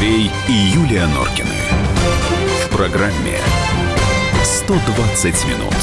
Андрей и Юлия Норкины. В программе 120 минут.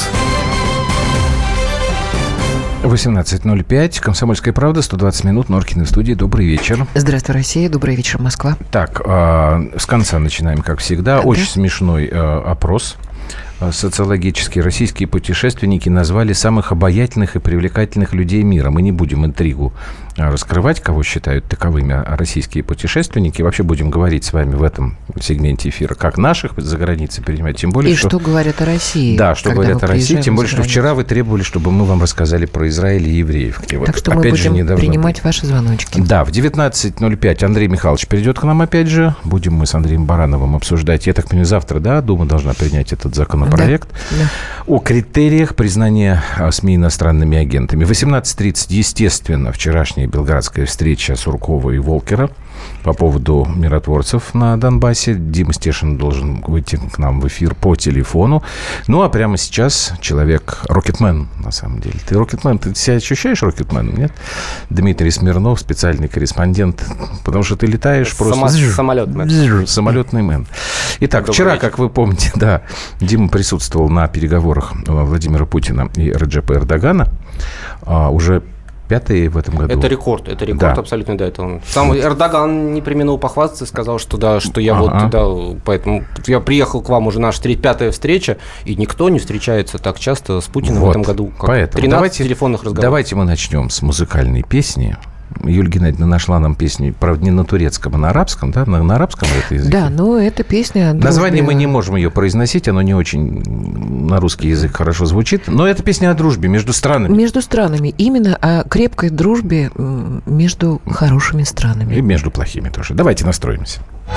18:05. «Комсомольская правда», 120 минут. Норкины в студии. Добрый вечер. Здравствуй, Россия. Добрый вечер, Москва. Так, с конца начинаем, как всегда. Очень смешной опрос социологический. Российские путешественники назвали самых обаятельных и привлекательных людей мира. Мы не будем интригу раскрывать, кого считают таковыми российские путешественники. Вообще будем говорить с вами в этом сегменте эфира, как наших за границей принимать. Тем более, и что говорят о России. Да, что говорят о России. Тем более, что вчера вы требовали, чтобы мы вам рассказали про Израиль и евреев. И так что мы будем принимать ваши звоночки. Да, в 19:05 Андрей Михайлович придет к нам опять же. Будем мы с Андреем Барановым обсуждать. Я так понимаю, завтра, да, Дума должна принять этот законопроект о критериях признания СМИ иностранными агентами. В 18:30, естественно, вчерашняя белградская встреча Суркова и Волкера по поводу миротворцев на Донбассе. Дима Стешин должен выйти к нам в эфир по телефону. Ну, а прямо сейчас человек, рокетмен, на самом деле. Ты рокетмен, ты себя ощущаешь рокетменом, нет? Дмитрий Смирнов, специальный корреспондент, потому что ты летаешь просто... Самолетмен. Самолетный мэн. Итак, вчера, как вы помните, да, Дима присутствовал на переговорах Владимира Путина и Реджепа Эрдогана. Уже пятый в этом году. Это рекорд да. Абсолютно, да. Это он. Сам Эрдоган не преминул похвастаться, сказал, что да, что я вот туда, поэтому я приехал к вам уже наша пятая встреча, и никто не встречается так часто с Путиным в этом году, как поэтому 13 телефонных разговоров. Давайте мы начнем с музыкальной песни. Юлия Геннадьевна нашла нам песню, правда, не на турецком, а на арабском, да? На арабском это языке? Да, но это песня... Название мы не можем ее произносить, оно не очень на русский язык хорошо звучит, но это песня о дружбе между странами. Между странами, именно о крепкой дружбе между хорошими странами. И между плохими тоже. Давайте настроимся.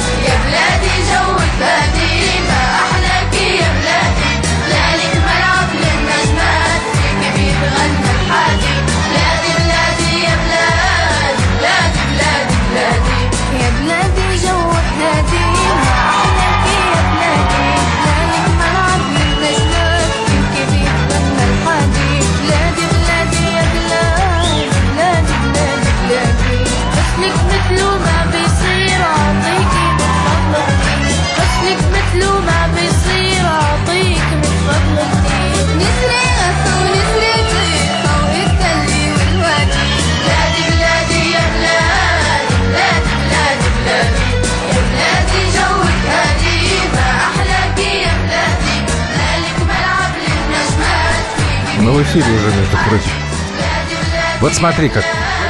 Мы в эфире уже, между прочим. Вот смотри как.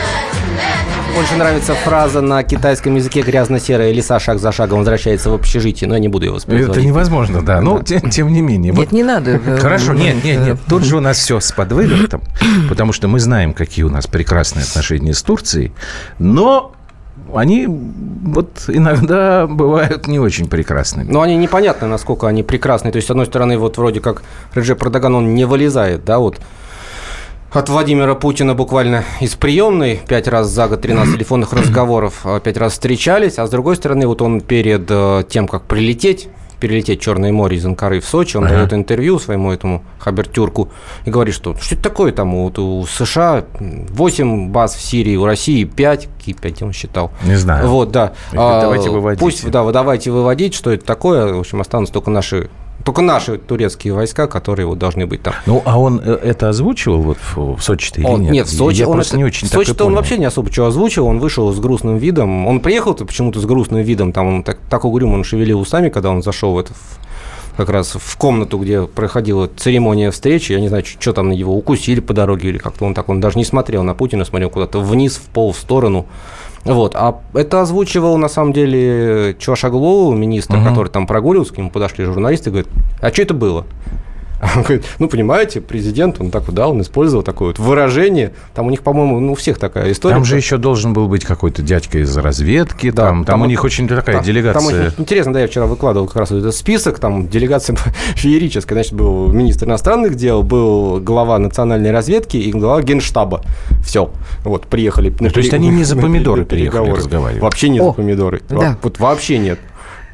Больше нравится фраза на китайском языке «грязно-серая лиса шаг за шагом возвращается в общежитие», но я не буду ее воспроизводить. Это невозможно, да. Но тем не менее. Нет, не надо. Хорошо, нет. Тут же у нас все с подвывертом, потому что мы знаем, какие у нас прекрасные отношения с Турцией, но... Они вот иногда бывают не очень прекрасными. Но они непонятны, насколько они прекрасны. То есть, с одной стороны, вот вроде как Реджеп Эрдоган, он не вылезает, да, вот от Владимира Путина буквально из приемной 5 раз за год, 13 телефонных разговоров, 5 раз встречались, а с другой стороны, вот он перед тем, как перелететь Черное море из Анкары в Сочи, он дает интервью своему этому Хабертюрку и говорит, что это такое там вот у США 8 баз в Сирии, у России 5, какие 5 он считал. Не знаю. Вот, да. Давайте выводить. Пусть, да, давайте выводить, что это такое. В общем, останутся только наши турецкие войска, которые вот должны быть там. Ну, а он это озвучивал вот в Сочи-то или нет? Нет, в Сочи я просто не очень так и понял. В Сочи-то он вообще не особо что озвучивал, он вышел с грустным видом. Он приехал-то почему-то с грустным видом, там он так угрюмо он шевелил усами, когда он зашел как раз в комнату, где проходила церемония встречи. Я не знаю, что там его укусили по дороге или как-то он даже не смотрел на Путина, смотрел куда-то вниз, в пол, в сторону. Вот. А это озвучивал, на самом деле, Чувашоглу, министр, который там прогуливался, к нему подошли журналисты и говорят, а что это было? Он говорит, ну, понимаете, президент, он так, да, он использовал такое вот выражение. Там у них, по-моему, у всех такая история. Там же еще должен был быть какой-то дядька из разведки. Да, там у них очень такая делегация. Там очень интересно, да, я вчера выкладывал как раз этот список. Там делегация феерическая. Значит, был министр иностранных дел, был глава национальной разведки и глава генштаба. Все. Вот, приехали. То есть они не за помидоры приехали разговаривать? Вообще не за помидоры. Да. Вот вообще нет.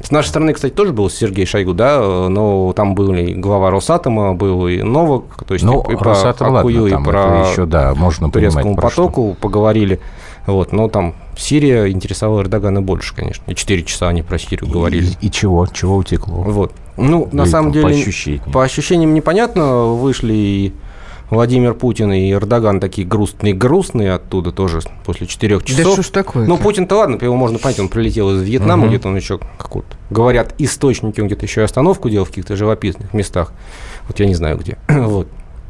С нашей стороны, кстати, тоже был Сергей Шойгу, да, но там был и глава Росатома, был и Новак, то есть и про Акую, и про еще, да, можно турецкому потоку поговорили. Вот, но там Сирия интересовала Эрдогана больше, конечно. И 4 часа они про Сирию говорили. И чего? Чего утекло? Вот. Ну, на самом деле, по ощущениям непонятно. Вышли и Владимир Путин, и Эрдоган такие грустные оттуда тоже после 4 часов. Да что ж такое? Ну, Путин-то ладно, его можно понять, он прилетел из Вьетнама, где-то он еще какой-то, говорят, источники, он где-то еще и остановку делал в каких-то живописных местах. Вот я не знаю где. Вот.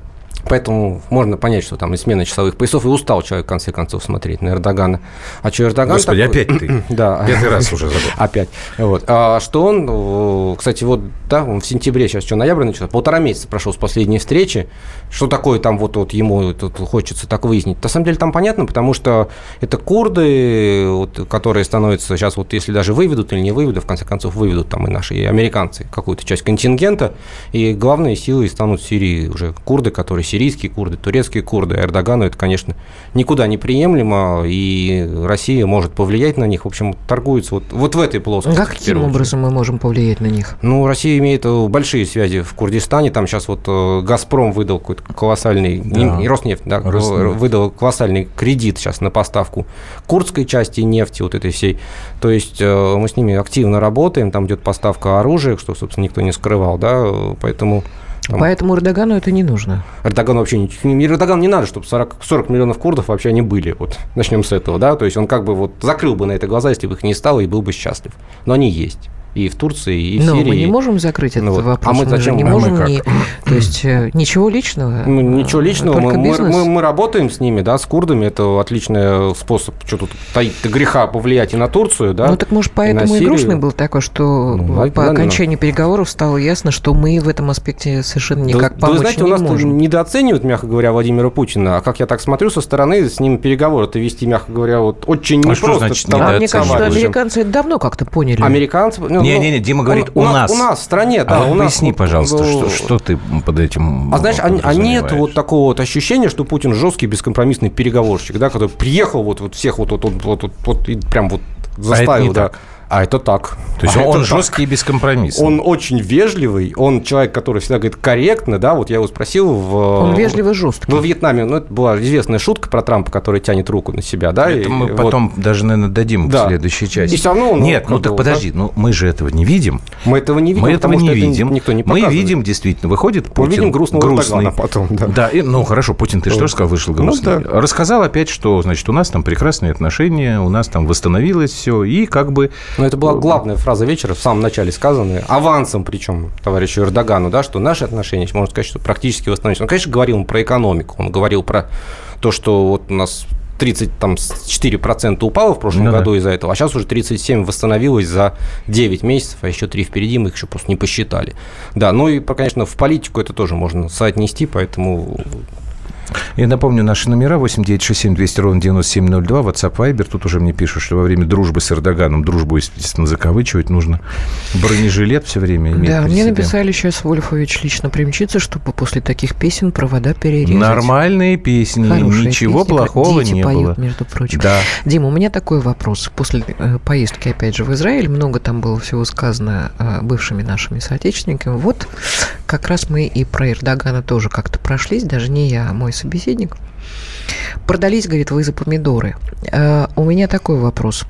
Поэтому можно понять, что там и смена часовых поясов, и устал человек, в конце концов, смотреть на Эрдогана. А что Эрдоган... Господи, такой... опять ты. Да. 5-й раз уже забыл. Опять. Вот. А что он, кстати, вот, да, он в сентябре, сейчас что, ноябрь начался, 1,5 месяца прошел с последней встречи. Что такое там вот ему хочется так выяснить? На самом деле там понятно, потому что это курды, вот, которые становятся сейчас, вот если даже выведут или не выведут, в конце концов выведут там и наши, и американцы какую-то часть контингента, и главные силы станут в Сирии уже курды, которые сирийские курды, турецкие курды. Эрдогану это, конечно, никуда не приемлемо, и Россия может повлиять на них. В общем, торгуются вот в этой плоскости. А каким образом мы можем повлиять на них? Ну, Россия имеет большие связи в Курдистане. Там сейчас вот «Газпром» выдал какой-то колоссальный, не Роснефть, да, выдал колоссальный кредит сейчас на поставку курдской части нефти, вот этой всей. То есть мы с ними активно работаем, там идет поставка оружия, что, собственно, никто не скрывал, да, поэтому... Поэтому Эрдогану это не нужно. Эрдогану вообще Эрдогану не надо, чтобы 40 миллионов курдов вообще они были. Вот начнем с этого, да. То есть он как бы вот закрыл бы на это глаза, если бы их не стало, и был бы счастлив. Но они есть. И в Турции, и в Сирии. Но мы не можем закрыть этот вопрос. А мы зачем? Не можем то есть ничего личного. Ничего личного. Только бизнес. Мы работаем с ними, да, с курдами. Это отличный способ, что тут таить-то греха, повлиять и на Турцию, да. Ну так может поэтому и грустный был такой, что по окончании переговоров стало ясно, что мы в этом аспекте совершенно никак помочь не можем. Вы знаете, у нас недооценивают, мягко говоря, Владимира Путина. А как я так смотрю со стороны, с ним переговоры-то вести, мягко говоря, вот очень непросто. Мне кажется, что американцы это давно как-то поняли. Американцы... Не, Дима говорит, у нас. У нас в стране, да. А поясни, пожалуйста, что ты под этим знаешь, нет вот такого вот ощущения, что Путин жесткий, бескомпромиссный переговорщик, да, который приехал вот всех вот и прям вот заставил, да. А это так. То есть он жесткий и бескомпромиссный. Он очень вежливый, он человек, который всегда говорит корректно, да, вот я его спросил Он вежливый, жесткий. Во Вьетнаме, это была известная шутка про Трампа, который тянет руку на себя, да. Это мы потом даже, наверное, дадим в следующей части. И все равно нет, так подожди, мы же этого не видим. Мы этого не видим, никто не показывает. Мы видим, действительно, выходит Путин. Мы видим грустного Эрдогана потом, да. Да, хорошо, Путин, ты что сказал, вышел грустный. Рассказал опять, что, значит, у нас там прекрасные отношения, у нас там восстановилось все, и как бы... Но это была главная фраза вечера, в самом начале сказанная, авансом причем товарищу Эрдогану, да, что наши отношения, можно сказать, что практически восстановились. Он, конечно, говорил про экономику, он говорил про то, что вот у нас 34% упало в прошлом году из-за этого, а сейчас уже 37% восстановилось за 9 месяцев, а еще 3 впереди, мы их еще просто не посчитали. Да, ну и, конечно, в политику это тоже можно соотнести, поэтому... Я напомню, наши номера 8-967-200-97-02, WhatsApp, Viber. Тут уже мне пишут, что во время дружбы с Эрдоганом, дружбу, естественно, закавычивать нужно. Бронежилет все время иметь. Да, мне написали сейчас, Вольфович лично примчится, чтобы после таких песен провода перерезать. Нормальные песни, хорошие ничего песни, плохого не поют, было. Между прочим. Да. Дима, у меня такой вопрос. После поездки, опять же, в Израиль, много там было всего сказано бывшими нашими соотечественниками. Вот как раз мы и про Эрдогана тоже как-то прошлись, даже не я, а мой собеседник. Продались, говорит, вы за помидоры. У меня такой вопрос.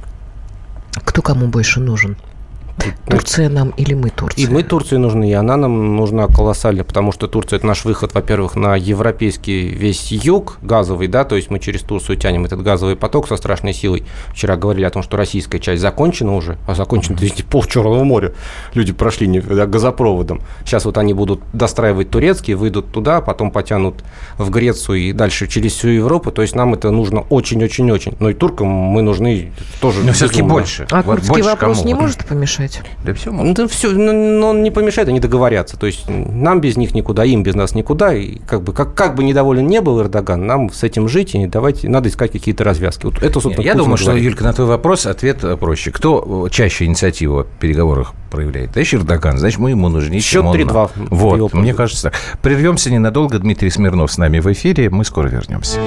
Кто кому больше нужен? Турция нам или мы Турции? И мы Турции нужны, и она нам нужна колоссально, потому что Турция – это наш выход, во-первых, на европейский весь юг газовый, да, то есть мы через Турцию тянем этот газовый поток со страшной силой. Вчера говорили о том, что российская часть закончена уже, а закончена пол Черного моря. Люди прошли газопроводом. Сейчас вот они будут достраивать турецкие, выйдут туда, потом потянут в Грецию и дальше через всю Европу. То есть нам это нужно очень-очень-очень. Но и туркам мы нужны тоже. Но все-таки больше. А курдский вопрос не может помешать? Да все может. Да все, но он не помешает, они договорятся. То есть нам без них никуда, им без нас никуда. И как бы недоволен не был Эрдоган, нам с этим жить, и надо искать какие-то развязки. Вот это, собственно, я думаю, что, Юлька, на твой вопрос ответ проще. Кто чаще инициативу в переговорах проявляет? Значит, Эрдоган, значит, мы ему нужнее. Счет 3-2. Вот, мне кажется так. Прервемся ненадолго. Дмитрий Смирнов с нами в эфире. Мы скоро вернемся.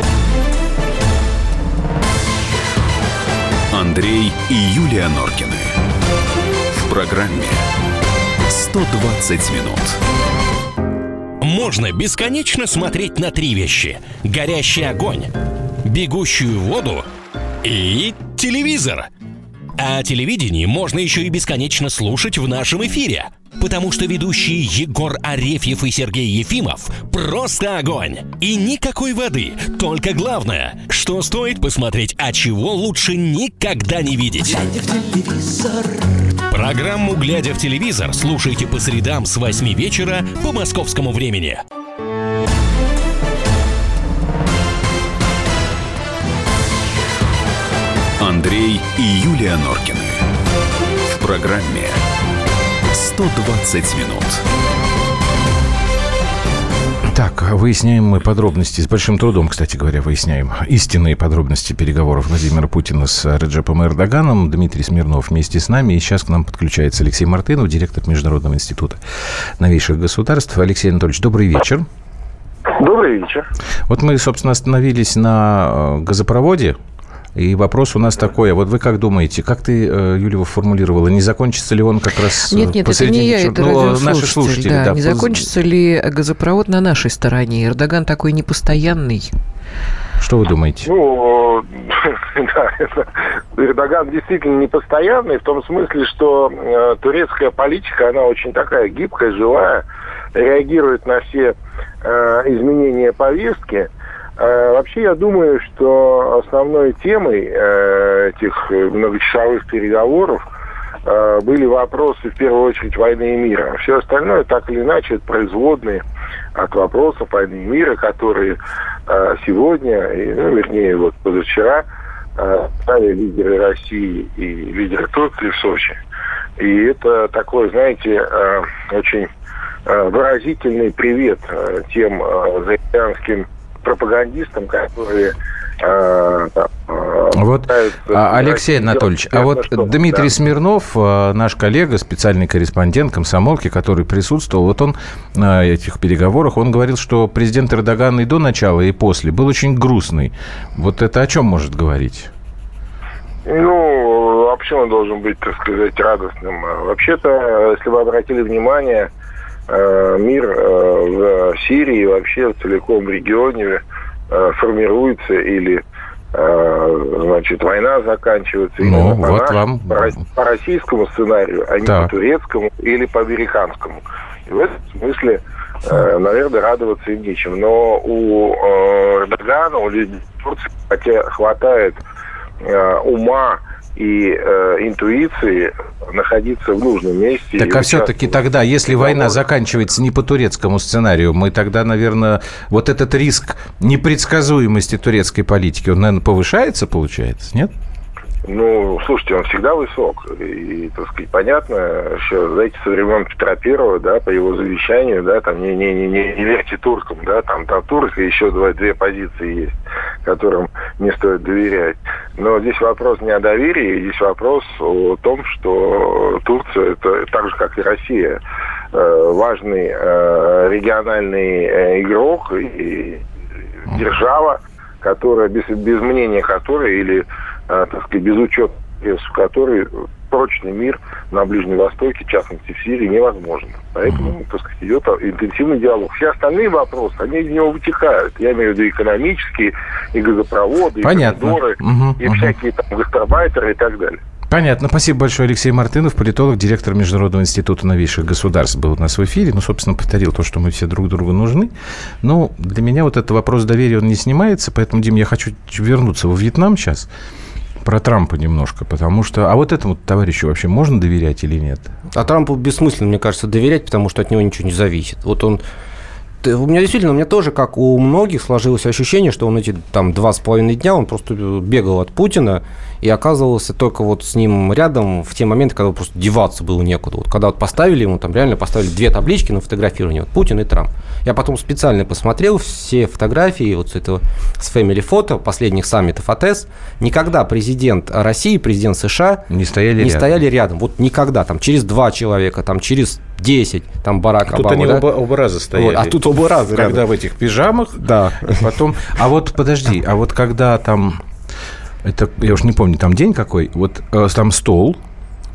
Андрей и Юлия Норкины. В программе «120 минут». Можно бесконечно смотреть на три вещи: горящий огонь, бегущую воду и телевизор. А телевидение можно еще и бесконечно слушать в нашем эфире, потому что ведущие Егор Арефьев и Сергей Ефимов просто огонь. И никакой воды, только главное, что стоит посмотреть, а чего лучше никогда не видеть. Глядя в телевизор. Программу «Глядя в телевизор» слушайте по средам с 8 вечера по московскому времени. Андрей и Юлия Норкины. В программе «120 минут». Так, выясняем мы подробности, с большим трудом, кстати говоря, выясняем истинные подробности переговоров Владимира Путина с Реджепом Эрдоганом. Дмитрий Смирнов вместе с нами. И сейчас к нам подключается Алексей Мартынов, директор Международного института новейших государств. Алексей Анатольевич, добрый вечер. Добрый вечер. Вот мы, собственно, остановились на газопроводе. И вопрос у нас такой, а вот вы как думаете, как ты, Юля, его формулировала, не закончится ли он как раз Нет, посередине? Это не я, это радиослушатель. Наши слушатели, да. Не закончится ли газопровод на нашей стороне? Эрдоган такой непостоянный. Что вы думаете? Ну, да, Эрдоган действительно непостоянный в том смысле, что турецкая политика, она очень такая гибкая, живая, реагирует на все изменения повестки. Вообще, я думаю, что основной темой этих многочасовых переговоров были вопросы, в первую очередь, войны и мира. Все остальное, так или иначе, это производные от вопросов войны и мира, которые сегодня, вернее, вот позавчера, стали лидеры России и лидеры Турции в Сочи. И это такой, знаете, очень выразительный привет тем заокеанским пропагандистам, которые... Вот, Алексей Анатольевич, а вот Дмитрий Смирнов, наш коллега, специальный корреспондент комсомолки, который присутствовал, вот он на этих переговорах, он говорил, что президент Эрдоган и до начала, и после был очень грустный. Вот это о чем может говорить? Ну, вообще он должен быть, так сказать, радостным. Вообще-то, если вы обратили внимание, мир в Сирии, вообще целиком в регионе формируется или, значит, война заканчивается именно по российскому сценарию, а не по турецкому или по американскому. И в этом смысле, наверное, радоваться им нечем. Но у Эрдогана, у людей Турции, хотя хватает ума и интуиции находиться в нужном месте. Так, а все-таки тогда, если война заканчивается не по турецкому сценарию, мы тогда, наверное, вот этот риск непредсказуемости турецкой политики, он, наверное, повышается, получается, нет? Ну, слушайте, он всегда высок. И, так сказать, понятно, что, знаете, со времен Петра Первого, да, по его завещанию, да, там не верьте туркам, да, там турка еще две позиции есть, которым не стоит доверять. Но здесь вопрос не о доверии, здесь вопрос о том, что Турция, это так же, как и Россия, важный региональный игрок и держава, которая, без мнения которой или, так сказать, без учета интересов которой прочный мир на Ближнем Востоке, в частности в Сирии, невозможен. Поэтому, так сказать, идет интенсивный диалог. Все остальные вопросы, они из него вытекают. Я имею в виду экономические, и газопроводы, и коридоры, и всякие там гастарбайтеры и так далее. Понятно. Спасибо большое. Алексей Мартынов, политолог, директор Международного института новейших государств, был у нас в эфире. Ну, собственно, повторил то, что мы все друг другу нужны. Но для меня вот этот вопрос доверия, он не снимается. Поэтому, Дим, я хочу вернуться во Вьетнам сейчас. Про Трампа немножко, потому что... А вот этому товарищу вообще можно доверять или нет? А Трампу бессмысленно, мне кажется, доверять, потому что от него ничего не зависит. Вот он... У меня тоже, как у многих, сложилось ощущение, что он эти там 2,5 дня, он просто бегал от Путина и оказывался только вот с ним рядом в те моменты, когда просто деваться было некуда. Вот когда вот поставили ему, там реально поставили 2 таблички на фотографирование, вот Путин и Трамп. Я потом специально посмотрел все фотографии вот с этого, с Family Photo, последних саммитов АТЭС. Никогда президент России, президент США не стояли рядом. Вот никогда. Там через 2 человека, там через 10, там Барак Обама. Тут они оба раза стояли. Вот, а тут оба раза. Когда в этих пижамах. Да. Потом... А вот, подожди, а вот когда там... Это, я уж не помню, там день какой. Вот там стол,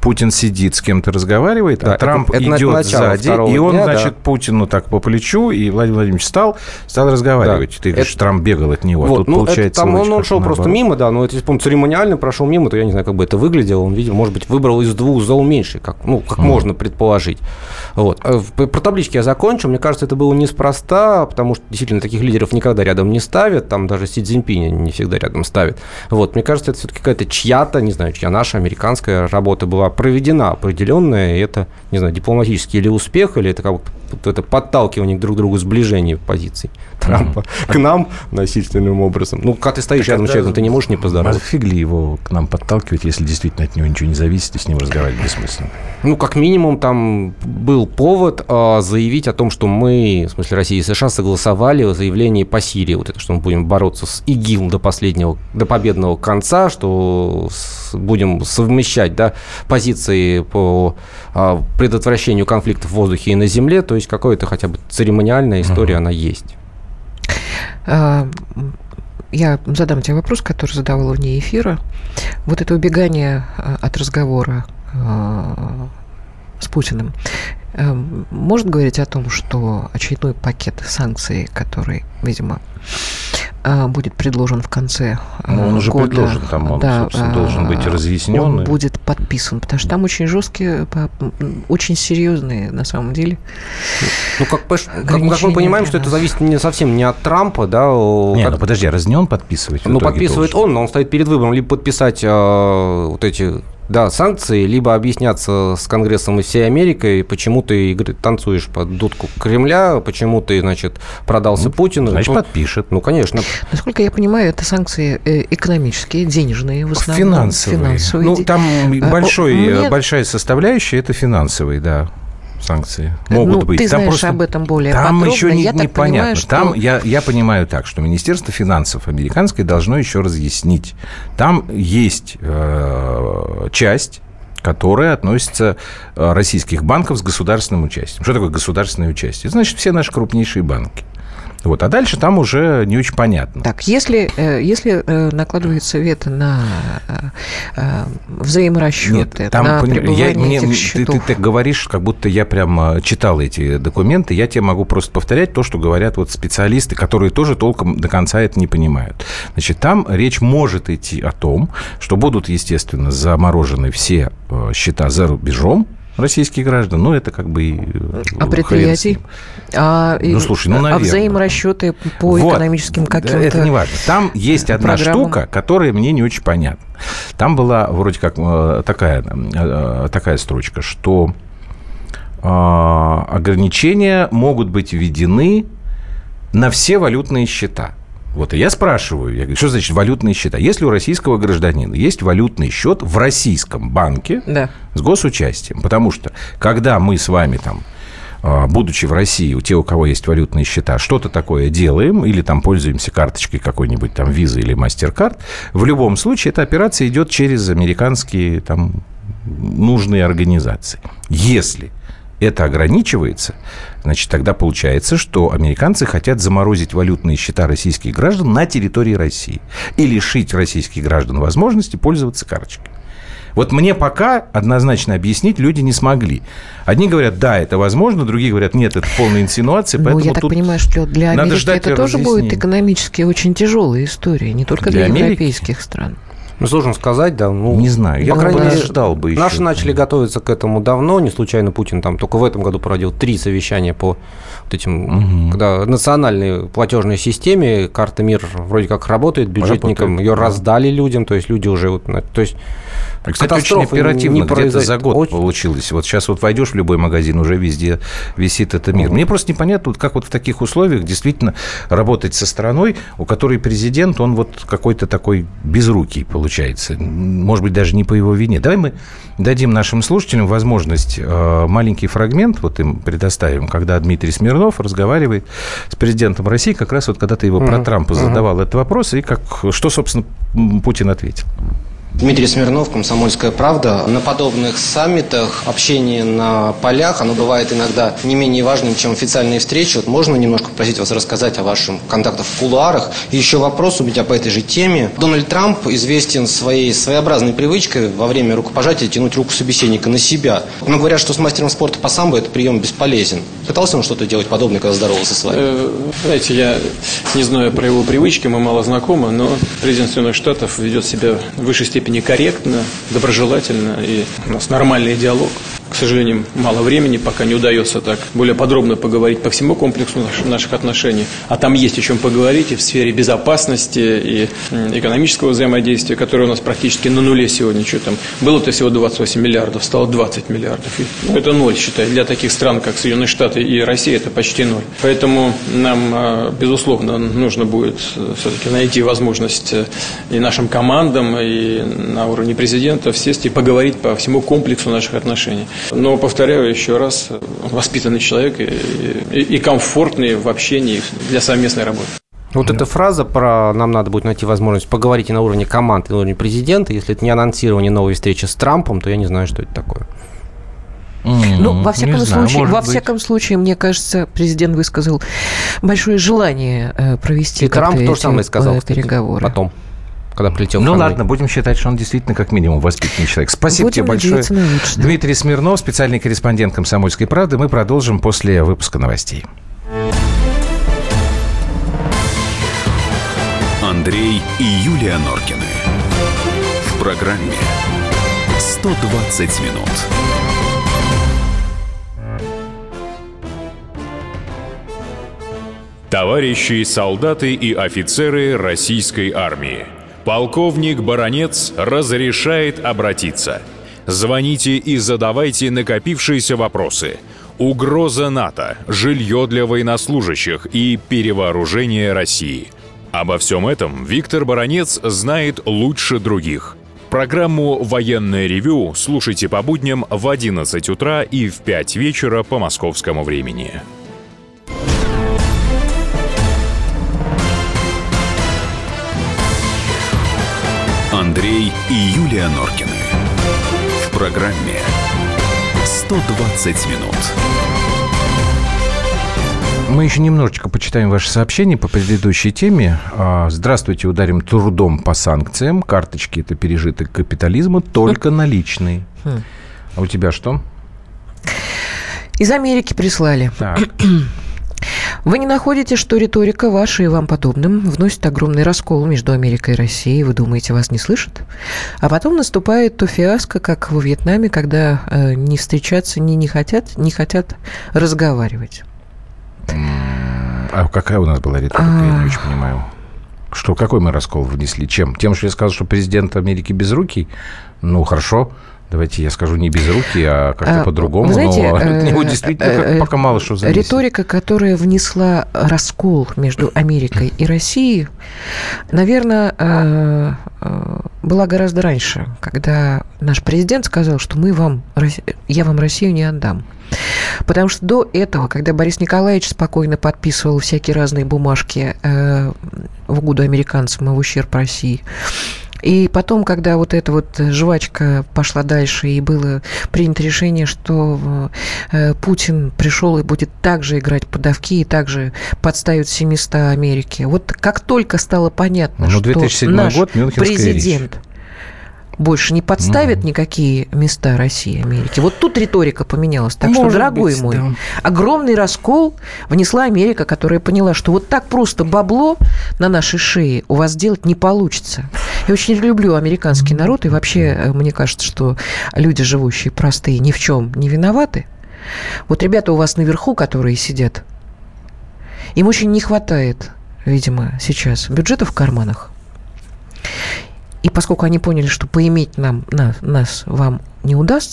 Путин сидит, с кем-то разговаривает, да, а Трамп это идет сзади, и он, дня, значит, Путину так по плечу, и Владимир Владимирович стал разговаривать. Да. Ты говоришь, Трамп бегал от него. Вот, тут получается там он шел просто мимо, да, но если он церемониально прошел мимо, то я не знаю, как бы это выглядело. Он, видимо, может быть, выбрал из двух зол меньше, как можно предположить. Вот. Про таблички я закончу. Мне кажется, это было неспроста, потому что действительно таких лидеров никогда рядом не ставят. Там даже Си Цзиньпиня не всегда рядом ставят. Вот. Мне кажется, это все-таки какая-то чья-то, не знаю, чья наша американская работа была проведена определенная. И это, не знаю, дипломатический или успех, или это как бы это подталкивание друг к другу, сближение позиций Трампа к нам насильственным образом. Ну, когда ты стоишь рядом с человеком, ты не можешь не поздороваться. Фиг ли его к нам подталкивать, если действительно от него ничего не зависит, и с ним разговаривать бессмысленно? Ну, как минимум, там был повод заявить о том, что мы, в смысле Россия и США, согласовали заявление по Сирии. Вот это, что мы будем бороться с ИГИЛ до победного конца, что будем совмещать, да, позиции по предотвращению конфликтов в воздухе и на земле. То есть какая-то хотя бы церемониальная история, она есть. Я задам тебе вопрос, который задавала вне эфира. Вот это убегание от разговора с Путиным может говорить о том, что очередной пакет санкций, который, видимо, будет предложен в конце года. Он уже предложен, там он, собственно, должен быть разъяснен. Он будет подписан, потому что там очень жесткие, очень серьезные, на самом деле, ну, как мы понимаем, что это зависит совсем не от Трампа, да? Ну подожди, разве не он подписывает? Ну, подписывает он, но он стоит перед выбором либо подписать вот эти... Да, санкции, либо объясняться с Конгрессом и всей Америкой, почему ты танцуешь под дудку Кремля, почему ты, значит, продался Путину. Значит, подпишет. Ну, конечно. Насколько я понимаю, это санкции экономические, денежные в основном. Финансовые. Ну, там большая составляющая – это финансовые, да. Санкции могут быть. Ты знаешь просто об этом более там подробно. Еще непонятно. Понимаю, что... Там я понимаю так, что Министерство финансов американское должно еще разъяснить. Там есть часть, которая относится российских банков с государственным участием. Что такое государственное участие? Это значит, все наши крупнейшие банки. Вот. А дальше там уже не очень понятно. Так, если накладывается вето на взаиморасчеты, нет, там, на пребывание этих счетов... Ты говоришь, как будто я прям читал эти документы. Я тебе могу просто повторять то, что говорят вот специалисты, которые тоже толком до конца это не понимают. Значит, там речь может идти о том, что будут, естественно, заморожены все счета за рубежом российских граждан, ну, это как бы... А предприятий? Слушай, наверное. А взаиморасчеты по экономическим каким-то... Это не важно. Там есть одна штука, которая мне не очень понятна. Там была вроде как такая строчка, что ограничения могут быть введены на все валютные счета. Вот, и я спрашиваю, я говорю, что значит валютные счета? Если у российского гражданина есть валютный счет в российском банке с госучастием, потому что, когда мы с вами там, будучи в России, у тех, у кого есть валютные счета, что-то такое делаем или там пользуемся карточкой какой-нибудь там Visa или MasterCard, в любом случае эта операция идет через американские там нужные организации. Если это ограничивается, значит, тогда получается, что американцы хотят заморозить валютные счета российских граждан на территории России и лишить российских граждан возможности пользоваться карточкой. Вот мне пока однозначно объяснить люди не смогли. Одни говорят, да, это возможно, другие говорят, нет, это полная инсинуация. Ну, я так понимаю, что для Америки это тоже будет экономически очень тяжелая история, не только для европейских стран. Ну, сложно сказать, да. Ну, не знаю, я, по крайней мере, ждал бы еще. Наши начали готовиться к этому давно, не случайно Путин там только в этом году проводил 3 совещания по вот этим, когда национальной платежной системе, карта МИР вроде как работает, бюджетникам ее раздали людям, то есть люди уже... Вот, то есть кстати, очень оперативно, где-то за год получилось. Вот сейчас вот войдешь в любой магазин, уже везде висит это МИР. Мне просто непонятно, как вот в таких условиях действительно работать со страной, у которой президент, он вот какой-то такой безрукий получается. Может быть, даже не по его вине. Давай мы дадим нашим слушателям возможность маленький фрагмент вот им предоставим, когда Дмитрий Смирнов разговаривает с президентом России, как раз вот когда ты его про Трампа задавал этот вопрос, и что, собственно, Путин ответил. Дмитрий Смирнов, «Комсомольская правда». На подобных саммитах общение на полях, оно бывает иногда не менее важным, чем официальные встречи. Вот можно немножко просить вас рассказать о ваших контактах в кулуарах? И еще вопрос у меня по этой же теме. Дональд Трамп известен своей своеобразной привычкой во время рукопожатия тянуть руку собеседника на себя. Но говорят, что с мастером спорта по самбо этот прием бесполезен. Пытался он что-то делать подобное, когда здоровался с вами? Знаете, я не знаю про его привычки, мы мало знакомы, но президент Соединенных Штатов ведет себя в высшей степени корректно, доброжелательно, и у нас нормальный диалог. К сожалению, мало времени, пока не удается так более подробно поговорить по всему комплексу наших отношений. А там есть о чем поговорить и в сфере безопасности, и экономического взаимодействия, которое у нас практически на нуле сегодня. Что там? Было-то всего 28 миллиардов, стало 20 миллиардов. Это ноль, считай. Для таких стран, как Соединенные Штаты и Россия, это почти ноль. Поэтому нам, безусловно, нужно будет все-таки найти возможность и нашим командам, и на уровне президента сесть и поговорить по всему комплексу наших отношений. Но, повторяю еще раз, воспитанный человек и комфортный в общении для совместной работы. Вот эта фраза про «нам надо будет найти возможность поговорить и на уровне команды, и на уровне президента», если это не анонсирование новой встречи с Трампом, то я не знаю, что это такое. Ну, во всяком случае, мне кажется, президент высказал большое желание провести Трамп то же самое сказал, переговоры. Потом, когда прилетел в Ну Ханой. ладно, будем считать, что он действительно как минимум воспитанный человек. Спасибо тебе большое. Дмитрий Смирнов, специальный корреспондент «Комсомольской правды». Мы продолжим после выпуска новостей. Андрей и Юлия Норкины. В программе «120 минут». Товарищи солдаты и офицеры российской армии, полковник Баранец разрешает обратиться. Звоните и задавайте накопившиеся вопросы. Угроза НАТО, жилье для военнослужащих и перевооружение России. Обо всем этом Виктор Баранец знает лучше других. Программу «Военное ревю» слушайте по будням в 11 утра и в 5 вечера по московскому времени. Андрей и Юлия Норкины. В программе «120 минут». Мы еще немножечко почитаем ваши сообщения по предыдущей теме. Здравствуйте, ударим трудом по санкциям. Карточки – это пережиток капитализма, только наличные. А у тебя что? Из Америки прислали. Так. Вы не находите, что риторика ваша и вам подобным вносит огромный раскол между Америкой и Россией? Вы думаете, вас не слышат? А потом наступает то фиаско, как во Вьетнаме, когда не встречаться не хотят разговаривать. А какая у нас была риторика? Я не очень понимаю. Какой мы раскол внесли? Чем? Тем, что я сказал, что президент Америки безрукий? Ну, хорошо. Давайте я скажу не безрукий, а как-то по-другому. Вы знаете, но от него действительно пока мало что зависит. Риторика, которая внесла раскол между Америкой и Россией, наверное, была гораздо раньше, когда наш президент сказал, что я вам Россию не отдам. Потому что до этого, когда Борис Николаевич спокойно подписывал всякие разные бумажки в угоду американцам и в ущерб России, и потом, когда вот эта вот жвачка пошла дальше, и было принято решение, что Путин пришел и будет также играть подавки, и также подставит все места Америки. Вот как только стало понятно, что 2007 наш год, президент больше не подставит никакие места России и Америки. Вот тут риторика поменялась. Так что, дорогой мой, огромный раскол внесла Америка, которая поняла, что вот так просто бабло на нашей шее у вас сделать не получится. Я очень люблю американский народ, и вообще мне кажется, что люди, живущие простые, ни в чем не виноваты. Вот ребята у вас наверху, которые сидят, им очень не хватает, видимо, сейчас бюджета в карманах. И поскольку они поняли, что поиметь нас вам не удастся,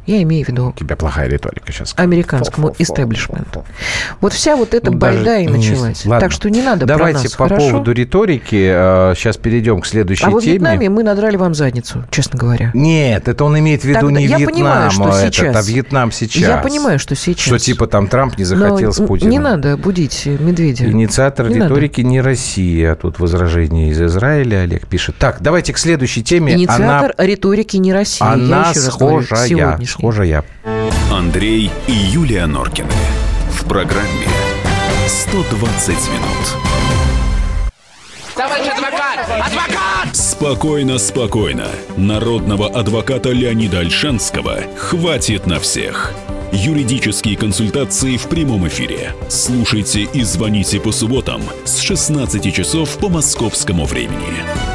Я имею в виду... У тебя плохая риторика сейчас. Американскому истеблишменту. Вот вся вот эта байда и началась. Ладно. Так что не надо про нас, давайте по хорошо? поводу риторики сейчас перейдем к следующей теме. А во Вьетнаме мы надрали вам задницу, честно говоря. Нет, это он имеет в виду Тогда не я Вьетнам, понимаю, что сейчас. а Вьетнам сейчас. Я понимаю, что сейчас. Что типа там Трамп не захотел с Путиным. Не надо будить медведя. Инициатор не риторики не Россия. Тут возражение из Израиля. Олег пишет. Так, давайте к следующей теме. Инициатор риторики не Россия. Она я еще раз говорю, схожая. Андрей и Юлия Норкины. В программе «120 минут». Товарищ адвокат! Адвокат! Спокойно, спокойно. Народного адвоката Леонида Ольшанского хватит на всех. Юридические консультации в прямом эфире. Слушайте и звоните по субботам с 16 часов по московскому времени.